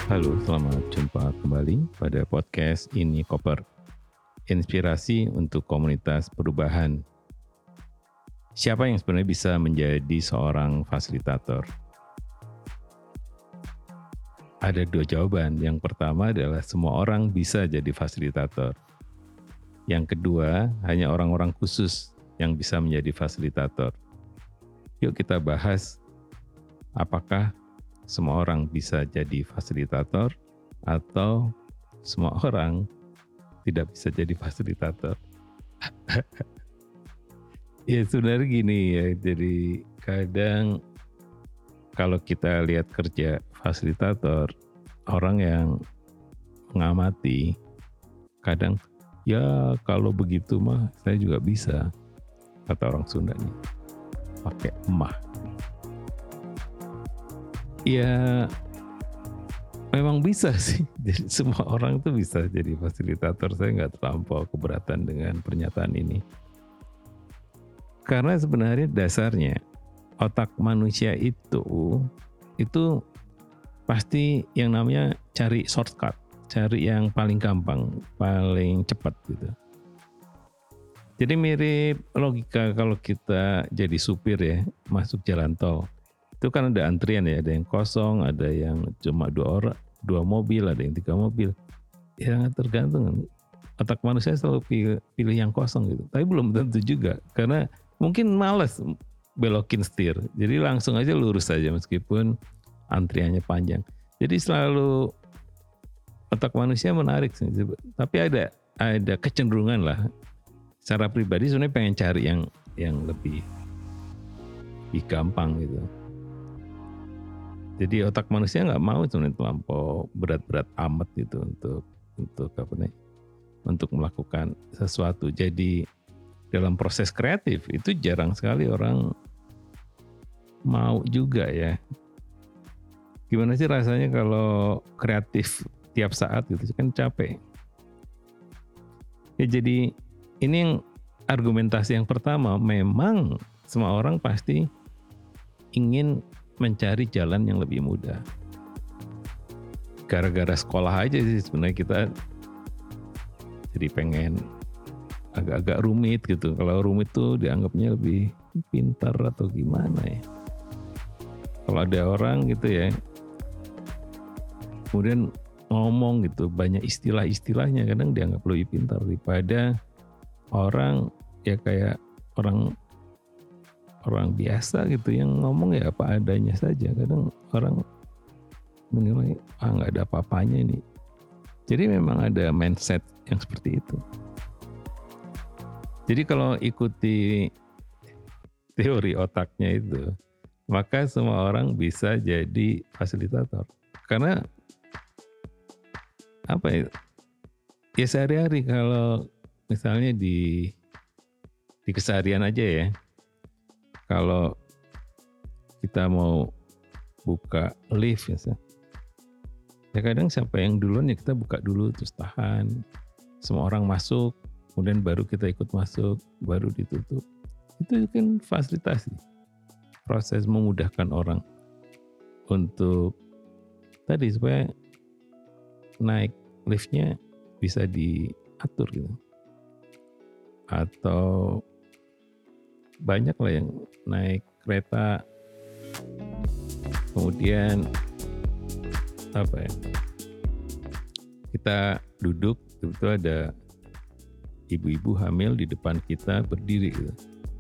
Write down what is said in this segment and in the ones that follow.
Halo, selamat jumpa kembali pada podcast Ini Koper. Inspirasi untuk komunitas perubahan. Siapa yang sebenarnya bisa menjadi seorang fasilitator? Ada dua jawaban. Yang pertama adalah semua orang bisa jadi fasilitator. Yang kedua, hanya orang-orang khusus yang bisa menjadi fasilitator. Yuk kita bahas apakah semua orang bisa jadi fasilitator atau semua orang tidak bisa jadi fasilitator. Ya sebenarnya gini ya, jadi kadang kalau kita lihat kerja fasilitator, orang yang mengamati, kadang ya kalau begitu mah saya juga bisa, kata orang Sundanya, pakai emah. Ya memang bisa sih, jadi semua orang tuh bisa jadi fasilitator. Saya nggak terlampau keberatan dengan pernyataan ini. Karena sebenarnya dasarnya otak manusia itu pasti yang namanya cari shortcut, cari yang paling gampang, paling cepat gitu. Jadi mirip logika kalau kita jadi supir ya, masuk jalan tol. Itu kan ada antrian ya, ada yang kosong, ada yang cuma dua mobil, ada yang 3 mobil. Ya tergantung, otak manusia selalu pilih yang kosong gitu. Tapi belum tentu juga, karena mungkin malas belokin setir. Jadi langsung aja lurus saja meskipun antriannya panjang. Jadi selalu otak manusia menarik sih. Tapi ada kecenderungan lah. Secara pribadi sebenarnya pengen cari yang lebih gampang gitu. Jadi otak manusia nggak mau sebenarnya terlampau berat-berat amat gitu untuk melakukan sesuatu. Jadi dalam proses kreatif itu jarang sekali orang mau juga ya. Gimana sih rasanya kalau kreatif tiap saat gitu kan capek. Ya jadi ini yang argumentasi yang pertama, memang semua orang pasti ingin mencari jalan yang lebih mudah. Gara-gara sekolah aja sih sebenarnya kita jadi pengen agak-agak rumit gitu. Kalau rumit tuh dianggapnya lebih pintar atau gimana ya. Kalau ada orang gitu ya, kemudian ngomong gitu, banyak istilah-istilahnya, kadang dianggap lebih pintar daripada orang ya kayak orang biasa gitu yang ngomong ya apa adanya saja. Kadang orang menilai nggak ada apa-apanya ini. Jadi memang ada mindset yang seperti itu. Jadi kalau ikuti teori otaknya itu, maka semua orang bisa jadi fasilitator. Karena apa ya? Ya sehari-hari kalau misalnya di keseharian aja ya. Kalau kita mau buka lift ya kadang siapa yang duluan ya kita buka dulu terus tahan. Semua orang masuk, kemudian baru kita ikut masuk, baru ditutup. Itu kan fasilitasi. Proses memudahkan orang untuk tadi supaya naik liftnya bisa diatur gitu. Atau banyak lah yang naik kereta kemudian apa ya, kita duduk itu ada ibu-ibu hamil di depan kita berdiri gitu.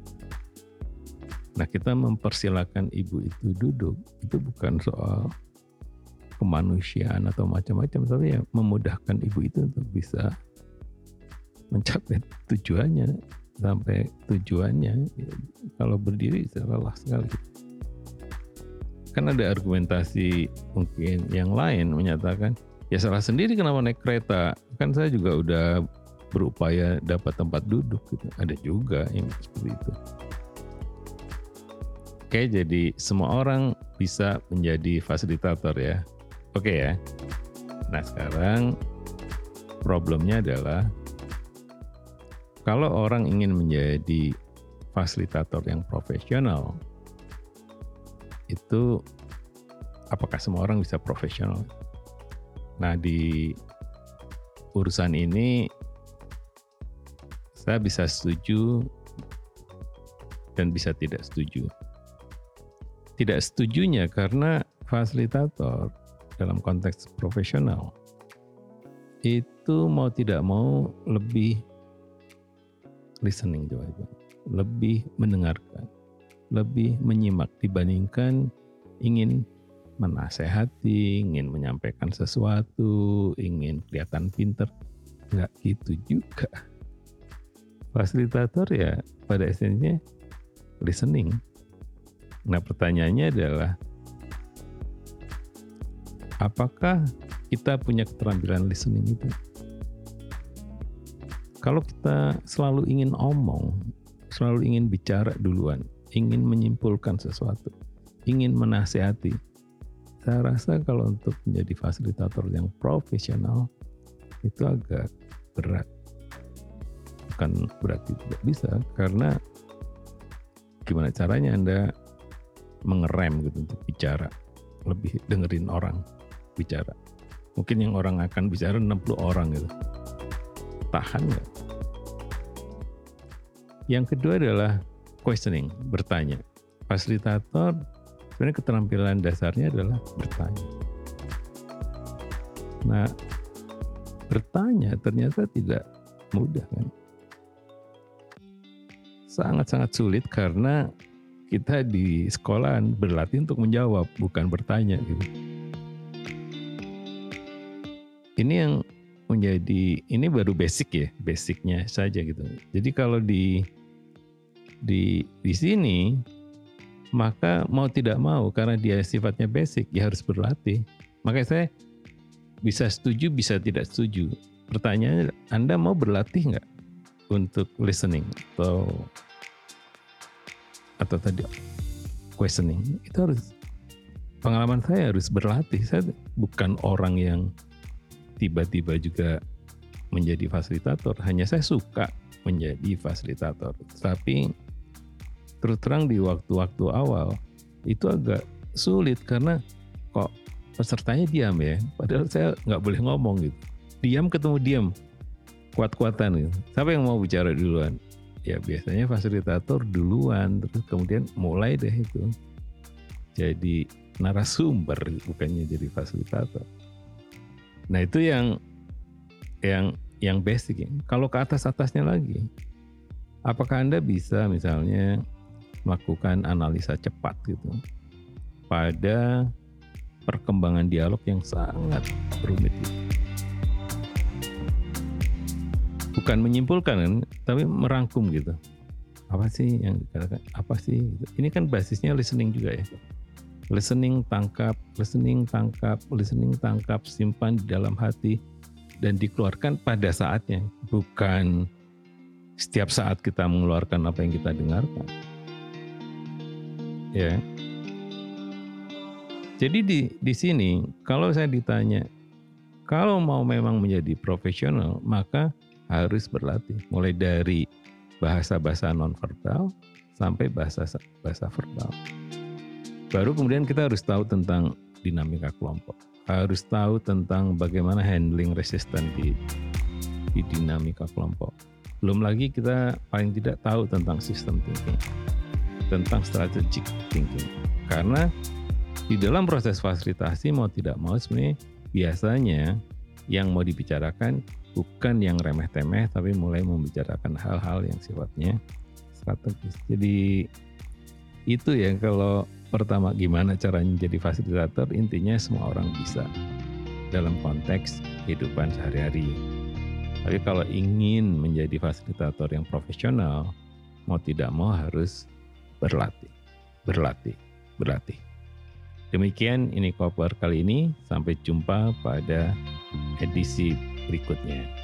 Nah kita mempersilahkan ibu itu duduk, itu bukan soal kemanusiaan atau macam-macam, tapi ya memudahkan ibu itu untuk bisa mencapai tujuannya. Sampai tujuannya ya, kalau berdiri bisa lelah sekali. Kan ada argumentasi mungkin yang lain menyatakan ya salah sendiri kenapa naik kereta, kan saya juga udah berupaya dapat tempat duduk gitu. Ada juga yang seperti itu. Oke, jadi semua orang bisa menjadi fasilitator ya. Oke ya. Nah sekarang problemnya adalah kalau orang ingin menjadi fasilitator yang profesional, itu apakah semua orang bisa profesional? Nah, di urusan ini saya bisa setuju dan bisa tidak setuju. Tidak setujunya karena fasilitator dalam konteks profesional itu mau tidak mau lebih listening, lebih mendengarkan, lebih menyimak dibandingkan ingin menasehati, ingin menyampaikan sesuatu, ingin kelihatan pinter. Nggak gitu juga. Fasilitator ya pada esensinya listening. Nah, pertanyaannya adalah apakah kita punya keterampilan listening itu? Kalau kita selalu ingin omong, selalu ingin bicara duluan, ingin menyimpulkan sesuatu, ingin menasehati, saya rasa kalau untuk menjadi fasilitator yang profesional itu agak berat. Bukan berarti tidak bisa, karena gimana caranya Anda mengerem gitu untuk bicara, lebih dengerin orang bicara. Mungkin yang orang akan bicara 60 orang gitu. Tahan nggak? Yang kedua adalah questioning, bertanya. Fasilitator sebenarnya keterampilan dasarnya adalah bertanya. Nah, bertanya ternyata tidak mudah kan? Sangat-sangat sulit karena kita di sekolahan berlatih untuk menjawab, bukan bertanya gitu. Ini yang menjadi, ini baru basic ya, basicnya saja gitu. Jadi kalau di sini, maka mau tidak mau karena dia sifatnya basic, ya harus berlatih. Makanya saya bisa setuju, bisa tidak setuju. Pertanyaannya, Anda mau berlatih nggak untuk listening atau tadi questioning? Itu harus, pengalaman saya harus berlatih. Saya bukan orang yang tiba-tiba juga menjadi fasilitator. Hanya saya suka menjadi fasilitator. Tapi terus terang di waktu-waktu awal itu agak sulit karena kok pesertanya diam ya. Padahal saya nggak boleh ngomong gitu. Diam ketemu diam, kuat-kuatan gitu. Siapa yang mau bicara duluan? Ya biasanya fasilitator duluan, terus kemudian mulai deh itu jadi narasumber, bukannya jadi fasilitator. Nah itu yang basic ya. Kalau ke atasnya lagi, apakah Anda bisa misalnya melakukan analisa cepat gitu pada perkembangan dialog yang sangat rumit gitu. Bukan menyimpulkan kan, tapi merangkum gitu. Apa sih yang dikatakan? Apa sih? Ini kan basisnya listening juga ya. Listening, tangkap, simpan di dalam hati dan dikeluarkan pada saatnya. Bukan setiap saat kita mengeluarkan apa yang kita dengarkan. Ya. Jadi di sini kalau saya ditanya, kalau mau memang menjadi profesional, maka harus berlatih. Mulai dari bahasa-bahasa nonverbal sampai bahasa verbal. Baru kemudian kita harus tahu tentang dinamika kelompok. Harus tahu tentang bagaimana handling resisten di dinamika kelompok. Belum lagi kita paling tidak tahu tentang system thinking, tentang strategic thinking. Karena di dalam proses fasilitasi mau tidak mau sebenarnya biasanya yang mau dibicarakan bukan yang remeh-temeh, tapi mulai membicarakan hal-hal yang sifatnya strategis. Jadi itu ya, kalau pertama gimana caranya jadi fasilitator, intinya semua orang bisa dalam konteks kehidupan sehari-hari. Tapi kalau ingin menjadi fasilitator yang profesional, mau tidak mau harus berlatih. Demikian ini Koper kali ini, sampai jumpa pada edisi berikutnya.